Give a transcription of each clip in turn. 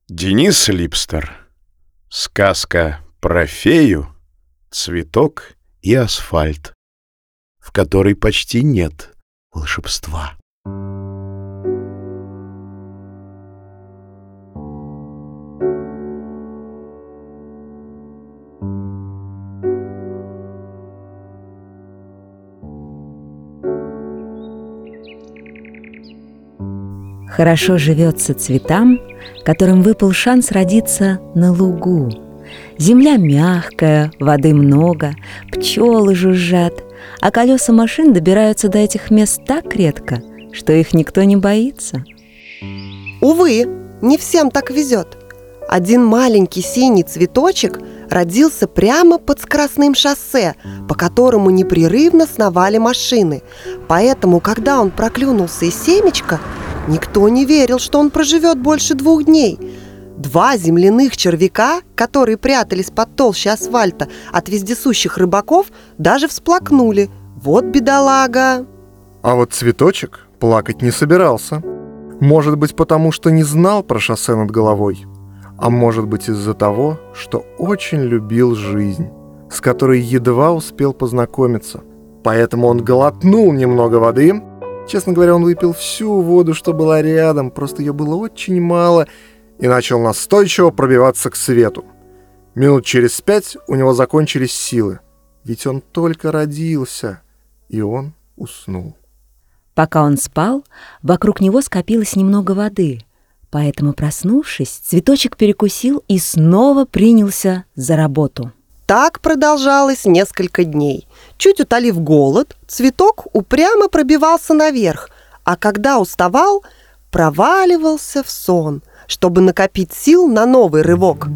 Денис Липстер. Сказка про фею, цветок и асфальт, в которой почти нет волшебства. Хорошо живется цветам, которым выпал шанс родиться на лугу. Земля мягкая, воды много, пчелы жужжат, а колеса машин добираются до этих мест так редко, что их никто не боится. Увы, не всем так везет. Один маленький синий цветочек родился прямо под скоростным шоссе, по которому непрерывно сновали машины. Поэтому, когда он проклюнулся из семечка, никто не верил, что он проживет больше 2 дней. 2 земляных червяка, которые прятались под толщей асфальта от вездесущих рыбаков, даже всплакнули. Вот бедолага! А вот цветочек плакать не собирался. Может быть, потому что не знал про шоссе над головой. А может быть, из-за того, что очень любил жизнь, с которой едва успел познакомиться. Поэтому он глотнул немного воды. Честно говоря, он выпил всю воду, что была рядом, просто ее было очень мало, и начал настойчиво пробиваться к свету. Минут через 5 у него закончились силы, ведь он только родился, и он уснул. Пока он спал, вокруг него скопилось немного воды, поэтому, проснувшись, цветочек перекусил и снова принялся за работу. Так продолжалось несколько дней. Чуть утолив голод, цветок упрямо пробивался наверх, а когда уставал, проваливался в сон, чтобы накопить сил на новый рывок.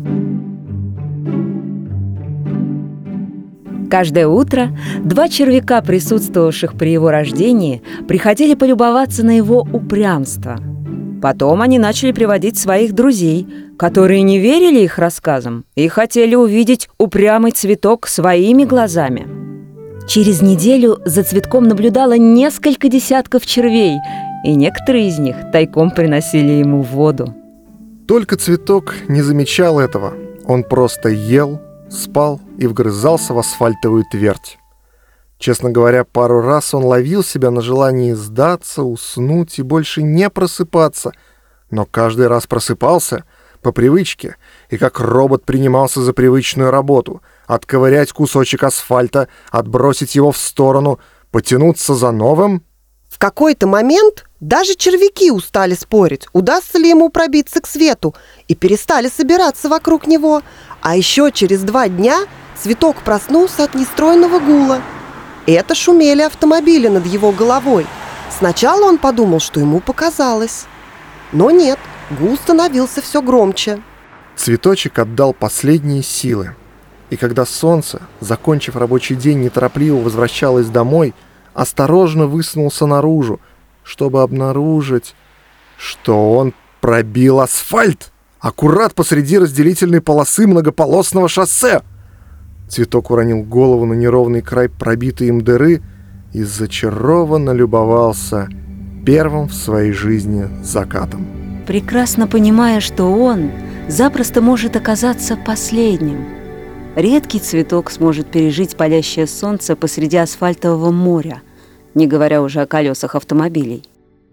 Каждое утро 2 червяка, присутствовавших при его рождении, приходили полюбоваться на его упрямство. Потом они начали приводить своих друзей, которые не верили их рассказам и хотели увидеть упрямый цветок своими глазами. Через неделю за цветком наблюдало несколько десятков червей, и некоторые из них тайком приносили ему воду. Только цветок не замечал этого. Он просто ел, спал и вгрызался в асфальтовую твердь. Честно говоря, пару раз он ловил себя на желании сдаться, уснуть и больше не просыпаться. Но каждый раз просыпался по привычке и как робот принимался за привычную работу — отковырять кусочек асфальта, отбросить его в сторону, потянуться за новым. В какой-то момент даже червяки устали спорить, удастся ли ему пробиться к свету, и перестали собираться вокруг него. А еще через 2 дня цветок проснулся от нестройного гула. Это шумели автомобили над его головой. Сначала он подумал, что ему показалось. Но нет, гул становился все громче. Цветочек отдал последние силы. И когда солнце, закончив рабочий день, неторопливо возвращалось домой, осторожно высунулся наружу, чтобы обнаружить, что он пробил асфальт аккурат посреди разделительной полосы многополосного шоссе. Цветок уронил голову на неровный край пробитой им дыры и зачарованно любовался первым в своей жизни закатом. Прекрасно понимая, что он запросто может оказаться последним. Редкий цветок сможет пережить палящее солнце посреди асфальтового моря, не говоря уже о колесах автомобилей.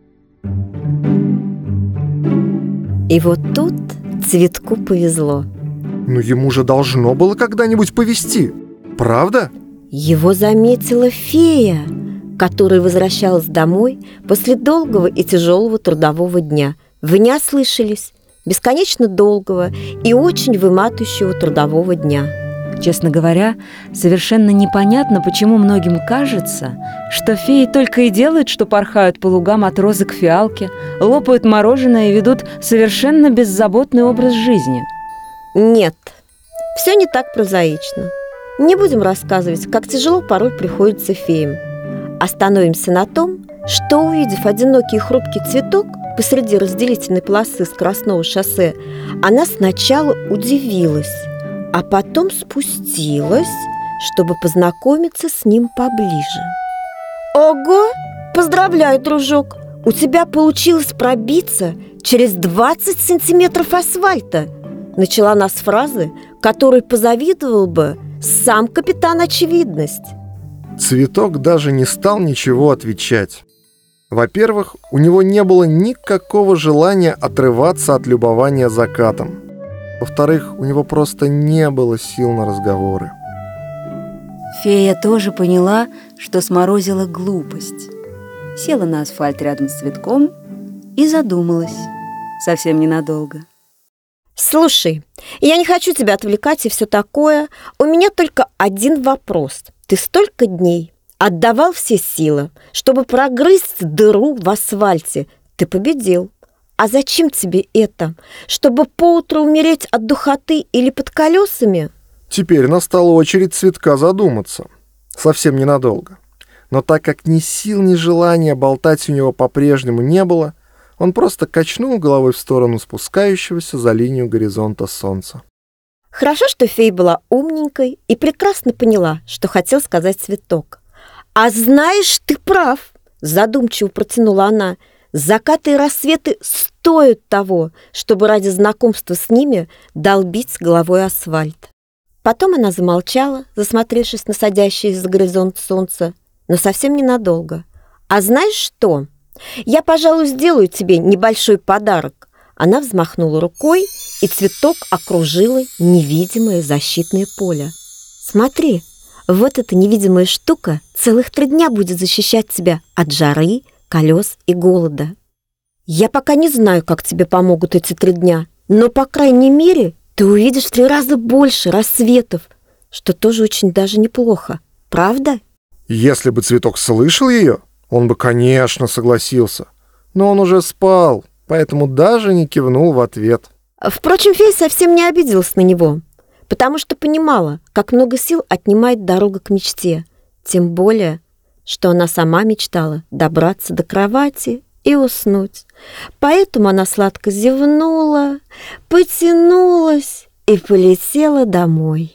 И вот тут цветку повезло. Но ему же должно было когда-нибудь повезти, правда? Его заметила фея, которая возвращалась домой после долгого и тяжелого трудового дня. Вы не ослышались, бесконечно долгого и очень выматывающего трудового дня. Честно говоря, совершенно непонятно, почему многим кажется, что феи только и делают, что порхают по лугам от розы к фиалке, лопают мороженое и ведут совершенно беззаботный образ жизни. Нет, все не так прозаично. Не будем рассказывать, как тяжело порой приходится феям. Остановимся на том, что, увидев одинокий и хрупкий цветок посреди разделительной полосы скоростного шоссе, она сначала удивилась, а потом спустилась, чтобы познакомиться с ним поближе. «Ого! Поздравляю, дружок! У тебя получилось пробиться через 20 сантиметров асфальта. Начала она с фразы, которой позавидовал бы сам капитан Очевидность. Цветок даже не стал ничего отвечать. Во-первых, у него не было никакого желания отрываться от любования закатом. Во-вторых, у него просто не было сил на разговоры. Фея тоже поняла, что сморозила глупость. Села на асфальт рядом с цветком и задумалась. Совсем ненадолго. Слушай, я не хочу тебя отвлекать и все такое. У меня только один вопрос. Ты столько дней отдавал все силы, чтобы прогрызть дыру в асфальте. Ты победил. А зачем тебе это? Чтобы поутру умереть от духоты или под колесами? Теперь настала очередь Цветка задуматься. Совсем ненадолго. Но так как ни сил, ни желания болтать у него по-прежнему не было, он просто качнул головой в сторону спускающегося за линию горизонта солнца. Хорошо, что фея была умненькой и прекрасно поняла, что хотел сказать Цветок. «А знаешь, ты прав!» – задумчиво протянула она. «Закаты и рассветы стоят того, чтобы ради знакомства с ними долбить головой асфальт». Потом она замолчала, засмотревшись на садящееся за горизонт солнце, но совсем ненадолго. «А знаешь что? Я, пожалуй, сделаю тебе небольшой подарок». Она взмахнула рукой, и Цветок окружило невидимое защитное поле. «Смотри, вот эта невидимая штука целых 3 дня будет защищать тебя от жары, колес и голода. Я пока не знаю, как тебе помогут эти 3 дня, но, по крайней мере, ты увидишь в 3 раза больше рассветов, что тоже очень даже неплохо. Правда?» Если бы Цветок слышал ее, он бы, конечно, согласился. Но он уже спал, поэтому даже не кивнул в ответ. Впрочем, фея совсем не обиделась на него, потому что понимала, как много сил отнимает дорога к мечте. Тем более, что она сама мечтала добраться до кровати и уснуть. Поэтому она сладко зевнула, потянулась и полетела домой.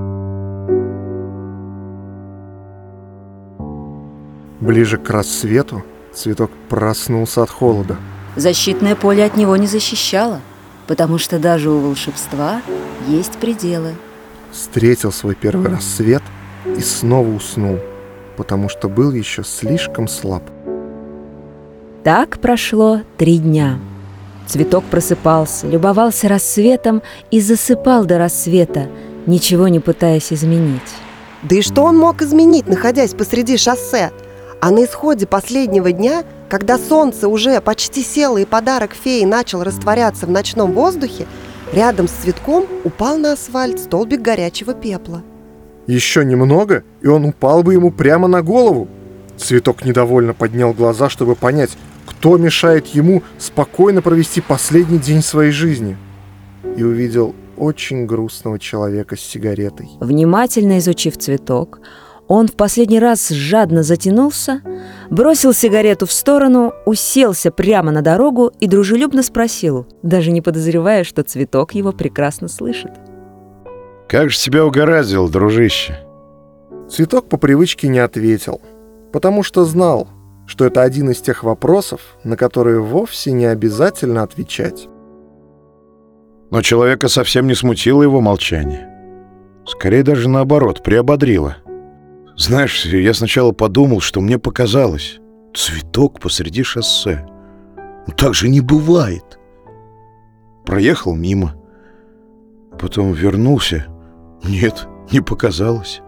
Ближе к рассвету Цветок проснулся от холода. Защитное поле от него не защищало, потому что даже у волшебства есть пределы. Встретил свой первый рассвет и снова уснул, потому что был еще слишком слаб. Так прошло 3 дня. Цветок просыпался, любовался рассветом и засыпал до рассвета, ничего не пытаясь изменить. Да и что он мог изменить, находясь посреди шоссе? А на исходе последнего дня, когда солнце уже почти село и подарок феи начал растворяться в ночном воздухе, рядом с Цветком упал на асфальт столбик горячего пепла. Еще немного, и он упал бы ему прямо на голову. Цветок недовольно поднял глаза, чтобы понять, кто мешает ему спокойно провести последний день своей жизни. И увидел очень грустного человека с сигаретой. Внимательно изучив цветок, он в последний раз жадно затянулся, бросил сигарету в сторону, уселся прямо на дорогу и дружелюбно спросил, даже не подозревая, что цветок его прекрасно слышит. «Как же тебя угораздило, дружище?» Цветок по привычке не ответил, потому что знал, что это один из тех вопросов, на которые вовсе не обязательно отвечать. Но человека совсем не смутило его молчание. Скорее даже наоборот, приободрило. Знаешь, я сначала подумал, что мне показалось. Цветок посреди шоссе. Ну, так же не бывает. Проехал мимо. Потом вернулся. Нет, не показалось.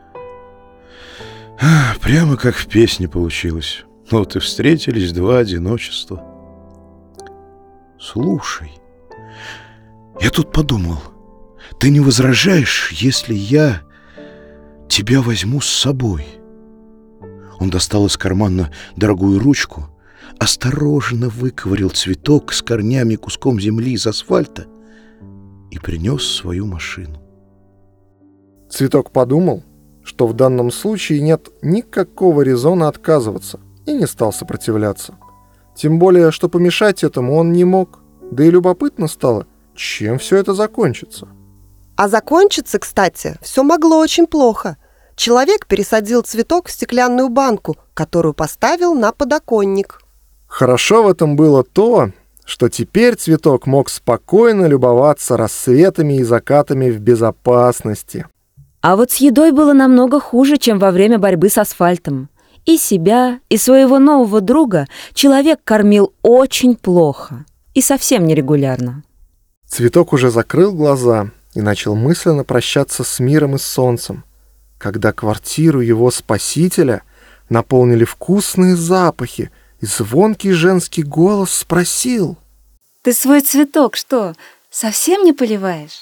Прямо как в песне получилось. Вот и встретились 2 одиночества. Слушай, я тут подумал, ты не возражаешь, если я тебя возьму с собой? Он достал из кармана дорогую ручку, осторожно выковырял цветок с корнями и куском земли из асфальта и принес свою машину. Цветок подумал, что в данном случае нет никакого резона отказываться, и не стал сопротивляться. Тем более, что помешать этому он не мог, да и любопытно стало, чем все это закончится. А закончиться, кстати, все могло очень плохо. Человек пересадил цветок в стеклянную банку, которую поставил на подоконник. Хорошо в этом было то, что теперь цветок мог спокойно любоваться рассветами и закатами в безопасности. А вот с едой было намного хуже, чем во время борьбы с асфальтом. И себя, и своего нового друга человек кормил очень плохо и совсем нерегулярно. Цветок уже закрыл глаза и начал мысленно прощаться с миром и солнцем, когда квартиру его спасителя наполнили вкусные запахи, и звонкий женский голос спросил: Ты свой цветок что, совсем не поливаешь?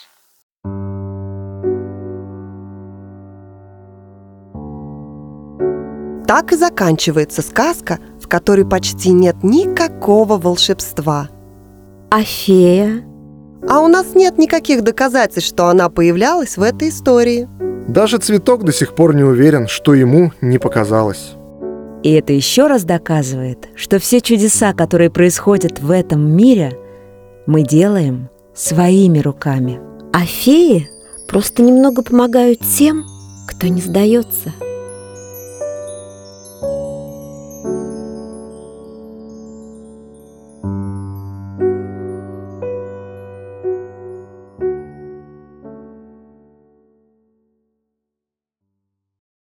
Так и заканчивается сказка, в которой почти нет никакого волшебства. А фея? А у нас нет никаких доказательств, что она появлялась в этой истории. Даже цветок до сих пор не уверен, что ему не показалось. И это еще раз доказывает, что все чудеса, которые происходят в этом мире, мы делаем своими руками. А феи просто немного помогают тем, кто не сдается.